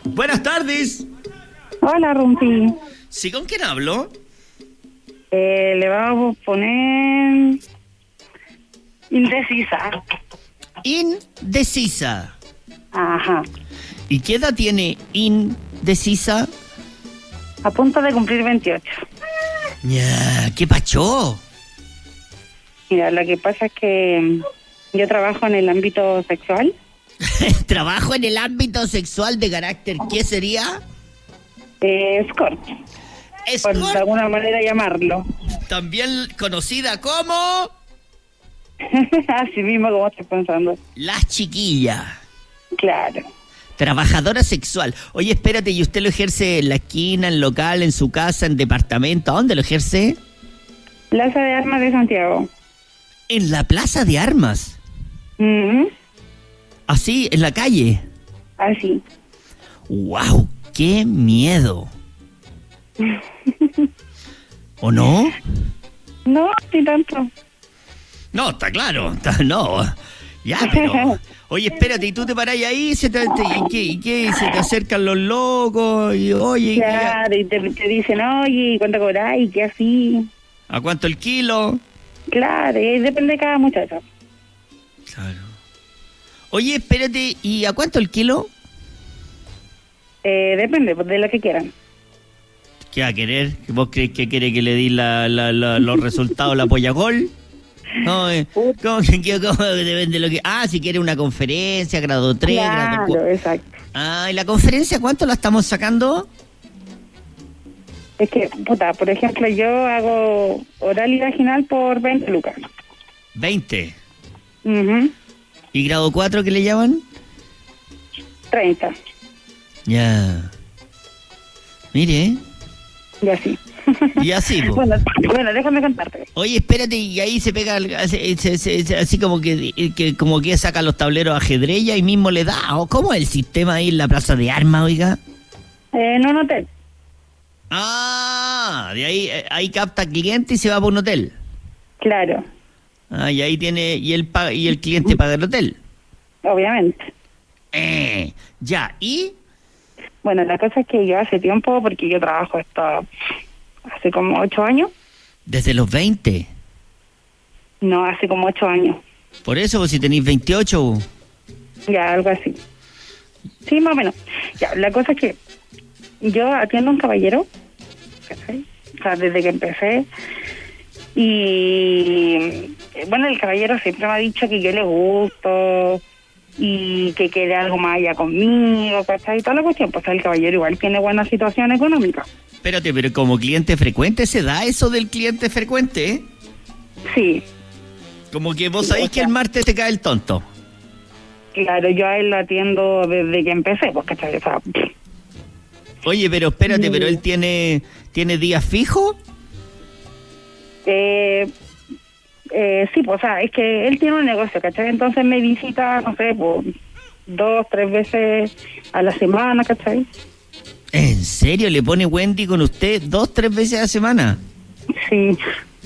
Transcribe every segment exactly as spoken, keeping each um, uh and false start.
Buenas tardes. Hola, Rumpi. ¿Sí, con quién hablo? Eh, le vamos a poner indecisa. Indecisa. Ajá. ¿Y qué edad tiene indecisa? A punto de cumplir veintiocho. Ya, ¿qué pachó? Mira, lo que pasa es que yo trabajo en el ámbito sexual. Trabajo en el ámbito sexual de carácter. ¿Qué sería? Eh, escort. Por de Escort, alguna manera llamarlo. también conocida como Así mismo como estoy pensando. las chiquillas. Claro. Trabajadora sexual. Oye, espérate, ¿y usted lo ejerce en la esquina, en local, en su casa, en departamento? ¿A dónde lo ejerce? Plaza de Armas de Santiago. En la plaza de armas. Mhm. Así, en la calle. Así. ¡Wow! ¡Qué miedo! ¿O no? No, ni tanto. No, está claro. Está, no. Ya, pero... Oye, espérate, y tú te parás ahí se te, te- y, qué, y qué, se te acercan los locos y oye, y- Claro, y te, te dicen, oye, ¿cuánto cobráis? ¿Qué así? ¿a cuánto el kilo? Claro, y depende de cada muchacho. Claro. Oye, espérate, ¿y a cuánto el kilo? Eh, depende, pues, de lo que quieran. ¿Qué va a querer? ¿Vos crees que quiere que le di la, la, la- los resultados la polla gol? No, eh, ¿cómo, que- que- cómo depende de lo que...? Ah, si quiere una conferencia, grado tres, grado Claro, cuatro. exacto. Ah, ¿y la conferencia cuánto la estamos sacando? Es que, puta, por ejemplo, yo hago oral y vaginal por veinte lucas. veinte. Mhm. ¿Y grado cuatro qué le llaman? treinta. Ya. Mire, Y así. y así, po. bueno, bueno, déjame contarte. Oye, espérate, y ahí se pega, el- se- se- se- se- así como que, que como que saca los tableros de ajedrez y ahí mismo le da. ¿O cómo es el sistema ahí en la plaza de armas, oiga? Eh, en un hotel. Ah, de ahí, eh, ahí capta cliente y se va por un hotel. Claro, Ah, y ahí tiene, y el paga, y el cliente paga el hotel. obviamente. Eh, ya, y Bueno, la cosa es que yo hace tiempo, porque yo trabajo esto hace como ocho años. desde los veinte. No, hace como ocho años. Por eso, pues, si tenéis veintiocho. Ya, algo así. Sí, más o menos. Ya, la cosa es que yo atiendo a un caballero, ¿cachai? O sea, desde que empecé. Y eh, bueno, el caballero siempre me ha dicho que yo le gusto y que quede algo más allá conmigo, ¿cachai? Y toda la cuestión, pues el caballero igual tiene buena situación económica. Espérate, pero como cliente frecuente, ¿se da eso del cliente frecuente, eh? Sí, Como que vos Sí, sabés o que sea. el martes te cae el tonto. claro, yo a él lo atiendo desde que empecé, pues, ¿cachai? O sea, pff, Oye, pero espérate, Sí. pero él tiene, tiene días fijos. Eh, eh, sí, pues, o sea, es que él tiene un negocio, ¿cachai? Entonces me visita, no sé, pues, dos, tres veces a la semana, ¿cachai? ¿En serio le pone Wendy con usted dos, tres veces a la semana? Sí,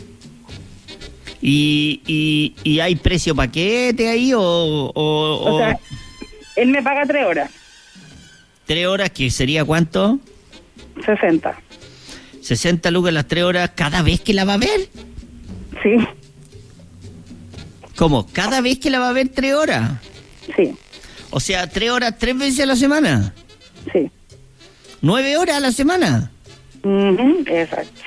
¿Y, y, y hay precio paquete ahí o, o, o o sea, él me paga tres horas, tres horas, que sería cuánto? sesenta. sesenta lucas las tres horas cada vez que la va a ver. Sí, ¿Cómo? ¿Cada vez que la va a ver tres horas? sí, O sea, tres horas tres veces a la semana. sí. ¿Nueve horas a la semana? Ujú, exacto.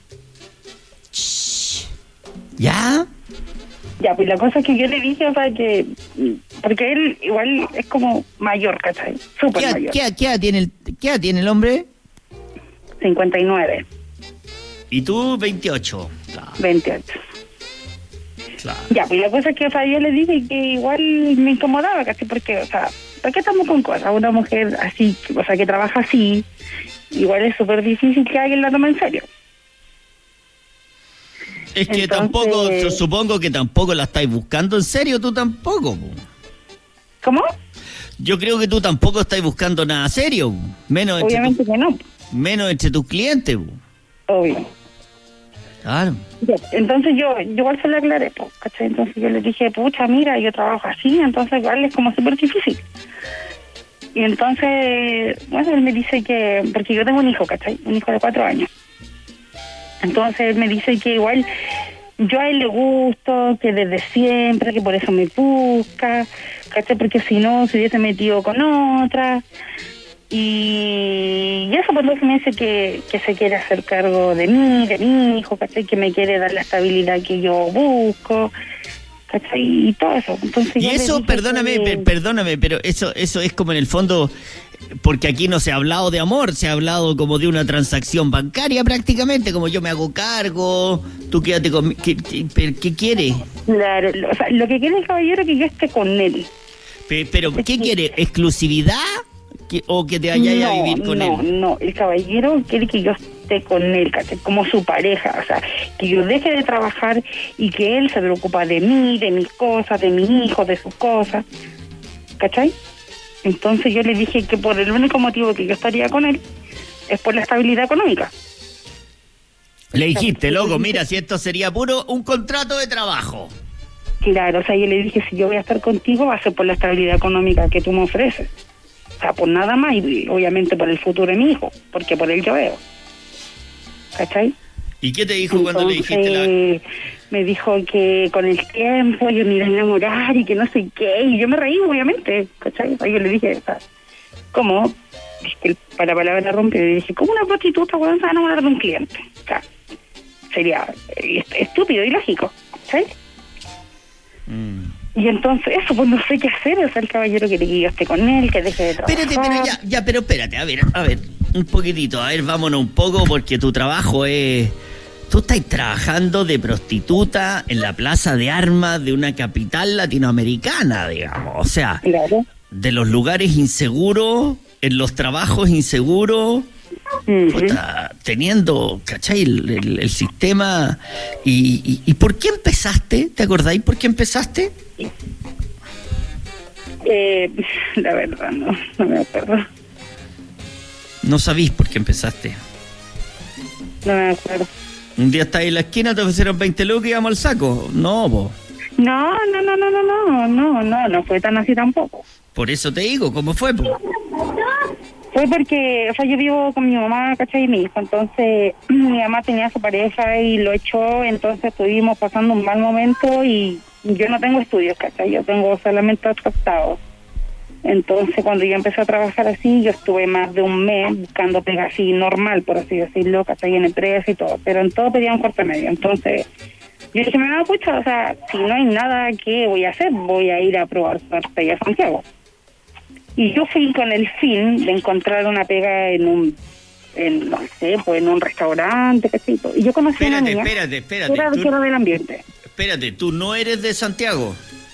¿Ya? Ya, pues la cosa es que yo le dije, o sea, que... Porque él igual es como mayor, ¿cachai? ¿Qué, Súper edad- mayor. qué edad- qué edad tiene el, qué edad tiene el hombre? cincuenta y nueve, Y tú, veintiocho. Claro, veintiocho. claro. Ya, pues la cosa es que, o sea, yo le dije que igual me incomodaba, casi porque, o sea, ¿para qué estamos con cosas? Una mujer así, o sea, que trabaja así, igual es súper difícil que alguien la tome en serio. Es que Entonces- tampoco, su- supongo que tampoco la estáis buscando en serio, tú tampoco. Po. ¿Cómo? Yo creo que tú tampoco estáis buscando nada serio, menos entre, Obviamente que no, tu- menos entre tus clientes. Po. obvio. Claro. Ya, entonces yo, yo igual se le aclaré, pues, ¿cachai? Entonces yo le dije, pucha, mira, yo trabajo así, entonces igual es como súper difícil. Y entonces, bueno, él me dice que, porque yo tengo un hijo, ¿cachai? Un hijo de cuatro años. Entonces él me dice que igual yo a él le gusto, que desde siempre, que por eso me busca, ¿cachai? Porque si no se hubiese metido con otra. Y, y eso, pues entonces me dice que, que se quiere hacer cargo de mí, de mi hijo, ¿cachai? Que me quiere dar la estabilidad que yo busco, ¿cachai? Y todo eso. Entonces, y eso, perdóname, que... perdóname, pero eso, eso es como en el fondo, porque aquí no se ha hablado de amor, se ha hablado como de una transacción bancaria prácticamente, como yo me hago cargo, tú quédate con... ¿Qué, qué, qué quiere? Claro, o sea, lo que quiere el caballero es que yo esté con él. Pero, pero ¿qué sí. quiere? ¿Exclusividad? ¿O que te vayas no, a vivir con no, él? No, no, el caballero quiere que yo esté con él, ¿cachai? Como su pareja, o sea, que yo deje de trabajar y que él se preocupa de mí, de mis cosas, de mi hijo, de sus cosas, ¿cachai? Entonces yo le dije que por el único motivo que yo estaría con él es por la estabilidad económica. Le dijiste, loco, mira, si esto sería puro un contrato de trabajo. Claro, o sea, yo le dije, si yo voy a estar contigo va a ser por la estabilidad económica que tú me ofreces. O sea, por nada más, y obviamente por el futuro de mi hijo, porque por él yo veo. ¿Cachai? ¿Y qué te dijo Entonces, cuando le dijiste la...? Me dijo que con el tiempo yo me iba a enamorar y que no sé qué, y yo me reí, obviamente, ¿cachai? Ahí yo le dije, o sea, ¿cómo? Es que para palabra rompió, y le dije, ¿cómo una prostituta weón, se va a enamorar de un cliente? O sea, sería estúpido y lógico, ¿cachai? Mm. Y entonces eso, pues no sé qué hacer, o sea, el caballero quiere que yo esté con él, que deje de trabajar. Espérate, pero ya, ya, pero espérate, a ver, a ver, un poquitito, a ver, vámonos un poco, porque tu trabajo es... Tú estás trabajando de prostituta en la plaza de armas de una capital latinoamericana, digamos, o sea, claro. De los lugares inseguros, en los trabajos inseguros... Uh-huh. Puta, teniendo, ¿cachai? El, el, el sistema. Y, y, ¿Y por qué empezaste? ¿Te acordáis por qué empezaste? Eh, la verdad, no, no me acuerdo. ¿No sabís por qué empezaste? No me acuerdo. Un día estáis en la esquina, te ofrecieron veinte lucas y íbamos al saco. No, po. No, no, no, no, no, no, no, no, no fue tan así tampoco. Por eso te digo, ¿cómo fue, po? Fue porque, o sea, yo vivo con mi mamá, ¿cachai? Y mi hijo, entonces mi mamá tenía su pareja y lo echó, entonces estuvimos pasando un mal momento y yo no tengo estudios, ¿cachai? Yo tengo solamente ocho octavos. Entonces cuando yo empecé a trabajar así, yo estuve más de un mes buscando pega así normal, por así decirlo, ¿cachai? En empresa y todo, pero en todo pedía un corte medio. Entonces yo dije, me da pucha, o sea, si no hay nada que voy a hacer, voy a ir a probar suerte allá a Santiago. Y yo fui con el fin de encontrar una pega en un, en, no sé, pues en un restaurante, qué sé yo. Y yo conocí espérate, a una niña espérate, espérate, que era, tú, que era del ambiente. Espérate, ¿tú no eres de Santiago?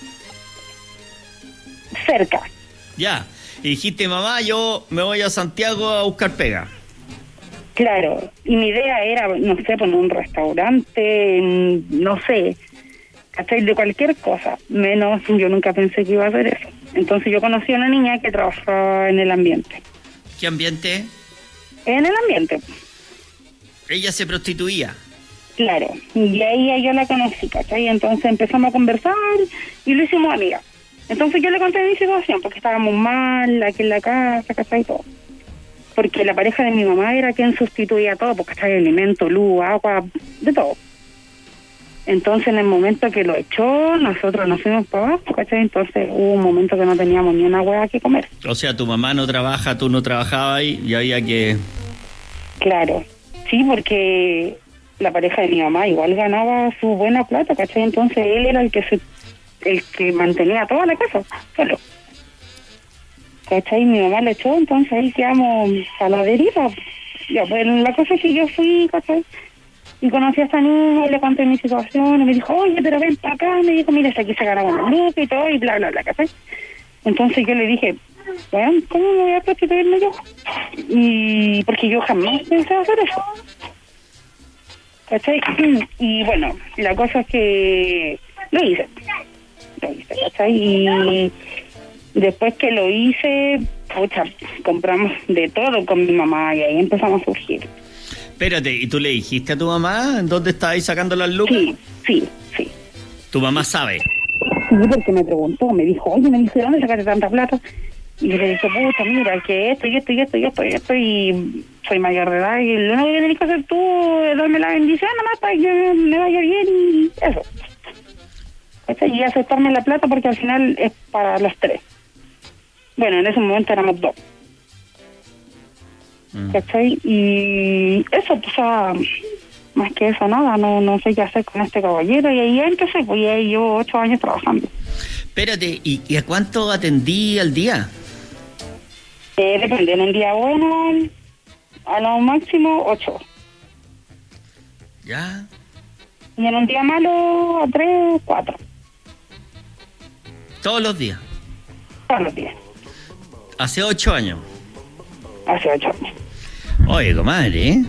Cerca. Ya, y dijiste, mamá, yo me voy a Santiago a buscar pega. Claro, y mi idea era, no sé, poner un restaurante, en, no sé, ¿cachai? De cualquier cosa, menos yo nunca pensé que iba a hacer eso. Entonces yo conocí a una niña que trabajaba en el ambiente. ¿Qué ambiente? En el ambiente. Ella se prostituía. Claro, y ahí yo la conocí, ¿cachai? Entonces empezamos a conversar y lo hicimos amiga. Entonces yo le conté mi situación, porque estábamos mal aquí en la casa, ¿cachai? Todo. Porque la pareja de mi mamá era quien sustituía todo, porque estaba alimento, luz, agua, de todo. Entonces, en el momento que lo echó, nosotros nos fuimos para abajo, ¿cachai? Entonces, hubo un momento que no teníamos ni una hueá que comer. O sea, tu mamá no trabaja, tú no trabajabas y, y había que... Claro, sí, porque la pareja de mi mamá igual ganaba su buena plata, ¿cachai? Entonces, él era el que se, el que mantenía toda la casa, solo. ¿Cachai? Mi mamá lo echó, entonces ahí quedamos a la deriva. Ya, pues la cosa es que yo fui, ¿cachai? Y conocí a esta niña y le conté mi situación y me dijo, oye, pero ven para acá, me dijo, mira, aquí se ganaba una luz y todo y bla, bla, bla, ¿cachai? Entonces yo le dije, bueno, ¿cómo me voy a prostituirme yo? Y porque yo jamás pensé hacer eso, ¿cachai? Y bueno, la cosa es que lo hice, lo hice, ¿cachai? Y después que lo hice, pucha, compramos de todo con mi mamá y ahí empezamos a surgir. Espérate, ¿y tú le dijiste a tu mamá en dónde estabais sacando las lucas? Sí, sí, sí. ¿Tu mamá sabe? Sí, porque me preguntó, me dijo, oye, me dijo, ¿de dónde sacaste tanta plata? Y le dije, pucha, mira, que esto y esto y esto y esto y esto, y soy mayor de edad, y lo único que tenés que hacer tú es darme la bendición nomás para que me vaya bien y eso. ¿Cachai? Y aceptarme la plata porque al final es para los tres. Bueno, en ese momento éramos dos. Mm. ¿Cachai? Y eso, o sea, más que eso, nada, no no sé qué hacer con este caballero, y ahí empecé, pues y ahí llevo ocho años trabajando. Espérate, ¿y, y a cuánto atendí al día? Eh, depende, en un día bueno, a lo máximo ocho. ¿Ya? Y en un día malo, a tres, cuatro. ¿Todos los días? Todos los días. ¿Hace ocho años? Hace ocho años. Oye, comadre, ¿eh?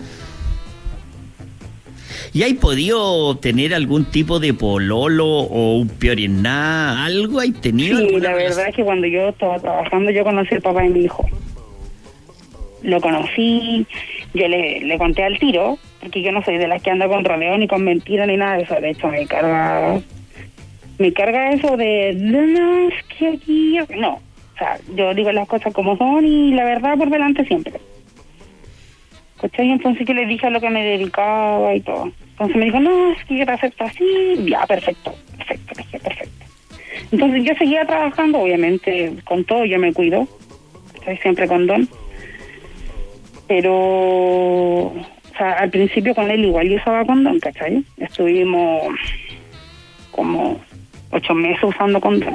¿Y hay podido tener algún tipo de pololo o un piorená? ¿Algo hay tenido? Sí, la verdad es que cuando yo estaba trabajando, yo conocí al papá de mi hijo. Lo conocí, yo le, le conté al tiro, porque yo no soy de las que anda con rodeo ni con mentiras ni nada de eso. De hecho, me carga, me carga eso de, no, es que aquí, no. O sea, yo digo las cosas como son y la verdad por delante siempre. ¿Cachai? Entonces yo le dije a lo que me dedicaba y todo. Entonces me dijo, no, es que yo te acepto así. Ya, perfecto, perfecto, perfecto, perfecto. Entonces yo seguía trabajando, obviamente, con todo, yo me cuido. Estoy siempre con don. Pero, o sea, al principio con él igual yo usaba condón, ¿cachai? Estuvimos como ocho meses usando condón.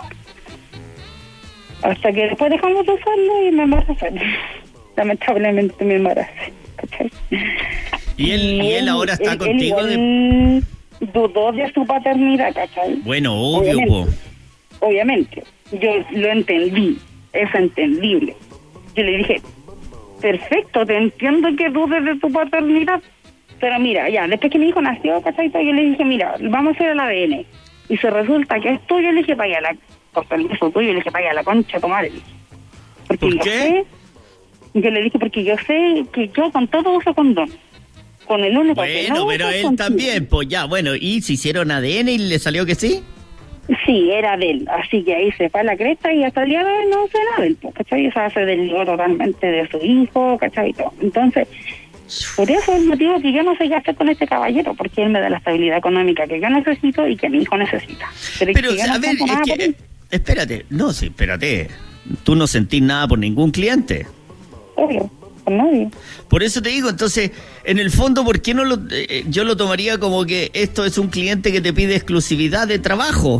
Hasta que después dejamos de usarlo y me embaracé. Lamentablemente me embaracé, ¿cachai? ¿Y él, y él ahora está él, contigo? Él de... dudó de su paternidad, ¿cachai? Bueno, obvio, obviamente, po. Obviamente. Yo lo entendí, es entendible. Yo le dije, perfecto, te entiendo que dudes de tu paternidad, pero mira, ya, después que mi hijo nació, ¿cachai? Yo le dije, mira, vamos a hacer el A D N. Y se resulta que es tuyo, le dije, vaya, la, por permiso tuyo, le dije, vaya, la concha, tomar. Porque ¿Por yo qué? Sé, yo le dije, porque yo sé que yo con todo uso condón. Con el único bueno, que no pero uso él contigo. también, pues ya, bueno, ¿y se hicieron A D N y le salió que sí? Sí, era de él, así que ahí se fue a la cresta y hasta el día de hoy no sé nada de él, ¿cachai? O sea, se desligó totalmente de su hijo, ¿cachai? Y todo. Entonces, por eso es el motivo que yo no sé qué hacer con este caballero, porque él me da la estabilidad económica que yo necesito y que mi hijo necesita. Pero, Pero es que yo no a ver, siento nada es por que, él. espérate, no, sí, espérate, tú no sentís nada por ningún cliente. Obvio, por nadie. Por eso te digo, entonces, en el fondo, ¿por qué no lo, eh, yo lo tomaría como que esto es un cliente que te pide exclusividad de trabajo?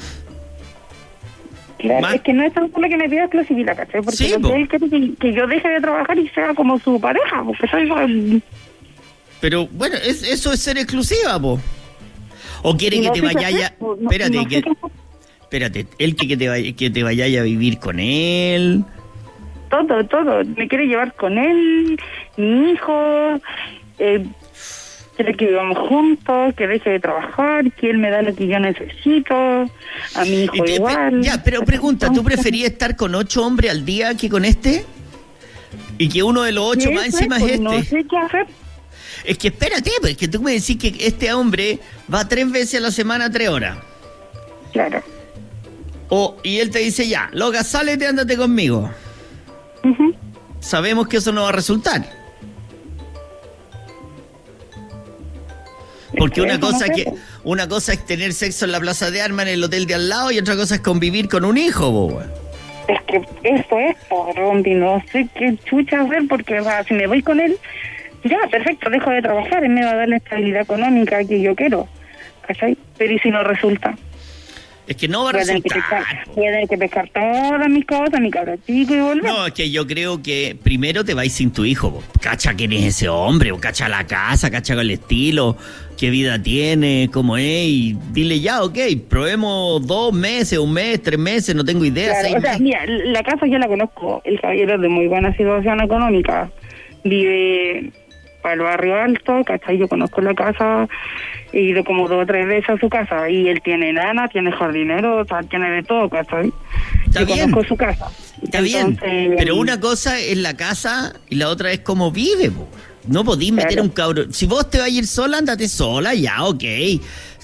Claro, Más... es que no es tan solo que me pida exclusividad, ¿cachai? Porque sí, lo que él quiere que, que yo deje de trabajar y sea como su pareja, porque soy el... Pero, bueno, es, eso es ser exclusiva, po. ¿O quiere no que te sé vaya qué ya... hacer, no, Espérate, no sé que... qué hacer. Espérate, él quiere que te vaya, que te vaya a vivir con él... Todo, todo. Me quiere llevar con él, mi hijo, eh, quiere que vivamos juntos, que deje de trabajar, que él me da lo que yo necesito, a mi hijo te, igual. Ya, pero pregunta, ¿tú preferías estar con ocho hombres al día que con este? Y que uno de los ocho más encima es este. No sé qué hacer. Es que espérate, pues que tú me decís que este hombre va tres veces a la semana, tres horas. Claro. O, y él te dice, ya, loca, sálete, ándate conmigo. Uh-huh. Sabemos que eso no va a resultar. Porque una cosa es que una cosa es tener sexo en la plaza de armas en el hotel de al lado y otra cosa es convivir con un hijo, boba. Es que eso es, por Rondi, no sé qué chucha hacer, porque o sea, si me voy con él, ya, perfecto, dejo de trabajar, él me va a dar la estabilidad económica que yo quiero, ¿cachai? Pero ¿y si no resulta? Es que no va a Voy a tener resultar. que pescar, voy a tener que pescar todas mis cosas, mi cabro chico y volver. No, es que yo creo que primero te vais sin tu hijo, bo. Cacha quién es ese hombre, bo. Cacha la casa, cacha el estilo, qué vida tiene, cómo es, y dile ya, ok, probemos dos meses, un mes, tres meses, no tengo idea. Claro, seis o sea, meses. mira, la casa yo la conozco, el caballero es de muy buena situación económica, vive para el barrio alto, ¿cachai? Yo conozco la casa, he ido como dos o tres veces a su casa, y él tiene nana, tiene jardinero, o sea, tiene de todo, ¿cachai? Está yo bien. conozco su casa. Está Entonces, bien, pero una cosa es la casa y la otra es cómo vive, bo. No podís meter Claro. un cabro. Si vos te vas a ir sola, andate sola, ya, ok.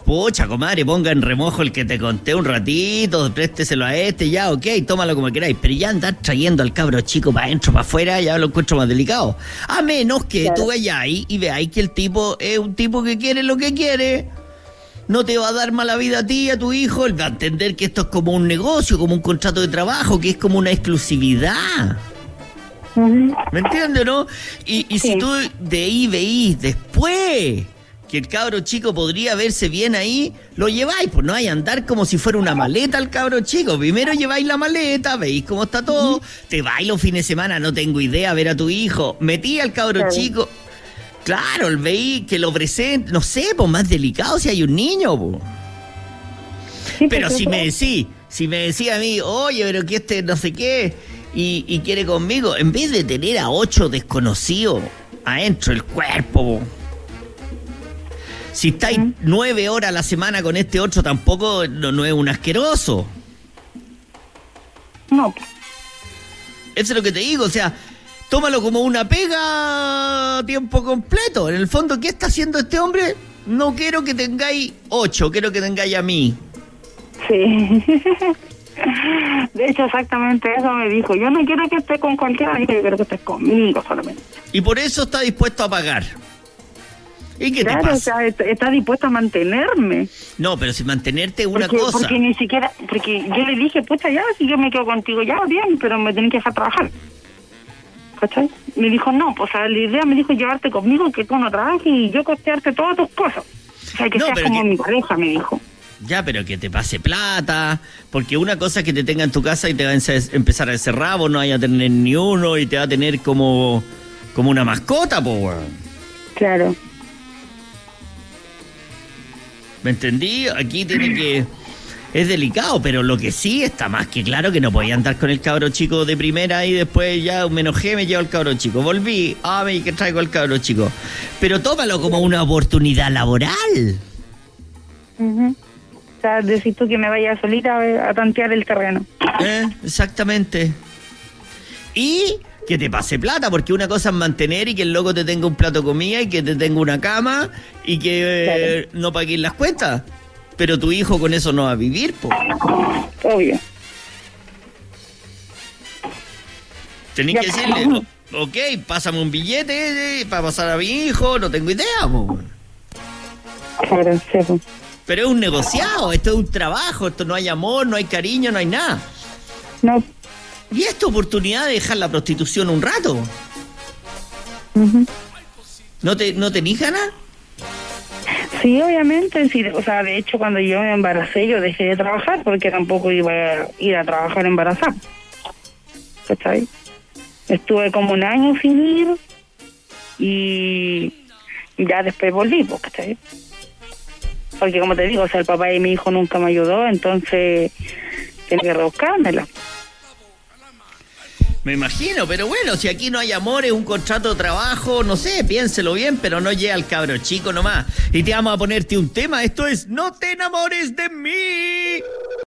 Pucha, comadre, ponga en remojo el que te conté un ratito, présteselo a este, ya, ok, tómalo como queráis, pero ya andar trayendo al cabro chico para adentro, para afuera, ya lo encuentro más delicado. A menos que claro. tú vayáis y veáis que el tipo es un tipo que quiere lo que quiere, no te va a dar mala vida a ti, a tu hijo, él va a entender que esto es como un negocio, como un contrato de trabajo, que es como una exclusividad. Uh-huh. ¿Me entiendes, no? Y, y sí. si tú de ahí veís después que el cabro chico podría verse bien ahí, lo lleváis, pues no hay andar como si fuera una maleta al cabro chico. Primero lleváis la maleta, veis cómo está todo, uh-huh. te vais los fines de semana, no tengo idea, a ver a tu hijo, metí al cabro claro. chico, claro, el veí que lo presente, no sé, pues más delicado si hay un niño, pues. Sí, pero si me decís, si me decís a mí, oye, pero que este no sé qué, y, y quiere conmigo, en vez de tener a ocho desconocidos adentro del cuerpo, po. Si estáis ¿Mm? nueve horas a la semana con este otro, tampoco no, no es un asqueroso. No. Eso es lo que te digo, o sea, tómalo como una pega a tiempo completo. En el fondo, ¿qué está haciendo este hombre? No quiero que tengáis ocho, quiero que tengáis a mí. Sí. De hecho, exactamente eso me dijo. Yo no quiero que estés con cualquiera, yo quiero que estés conmigo solamente. Y por eso está dispuesto a pagar. ¿Y qué claro, te pasa? O sea, está, está dispuesto a mantenerme. No, pero si mantenerte es una porque, cosa. Porque ni siquiera, porque yo le dije, pucha, ya, si yo me quedo contigo, ya, bien, pero me tenés que dejar trabajar. ¿Cachai? Me dijo, no, pues, o sea, la idea me dijo llevarte conmigo, que tú no trabajes y yo costearte todas tus cosas. O sea, que no, seas como que... mi pareja, me dijo. Ya, pero que te pase plata, porque una cosa es que te tenga en tu casa y te va a empezar a encerrar, vos no vayas a tener ni uno y te va a tener como, como una mascota, po, weón. Claro. ¿Me entendí? Aquí tiene que... Es delicado, pero lo que sí está más que claro que no podía andar con el cabro chico de primera y después ya me enojé, me llevo al cabro chico. Volví, ah, me que traigo al cabro chico. Pero tómalo como una oportunidad laboral. Uh-huh. O sea, decís tú que me vaya solita a, a tantear el terreno. Eh, exactamente. Y... que te pase plata, porque una cosa es mantener y que el loco te tenga un plato de comida y que te tenga una cama y que eh, claro. no paguen las cuentas. Pero tu hijo con eso no va a vivir, po. Obvio. Tenés ya, que decirle, no. ok, pásame un billete eh, para pasar a mi hijo, no tengo idea, po. Claro, sí, po. Pero es un negociado, esto es un trabajo, esto no hay amor, no hay cariño, no hay nada. No. Y es tu oportunidad de dejar la prostitución un rato. Uh-huh. ¿No te, no tenés ganas? Sí, obviamente. Sí, o sea, de hecho, cuando yo me embaracé, yo dejé de trabajar porque tampoco iba a ir a trabajar embarazada. ¿Cachai? Estuve como un año sin ir y ya después volví, ¿cachai? Porque como te digo, o sea, el papá de mi hijo nunca me ayudó, entonces tenía que rebuscármela. Me imagino, pero bueno, si aquí no hay amor, es un contrato de trabajo, no sé, piénselo bien, pero no llega al cabro chico nomás. Y te vamos a ponerte un tema, esto es No te enamores de mí.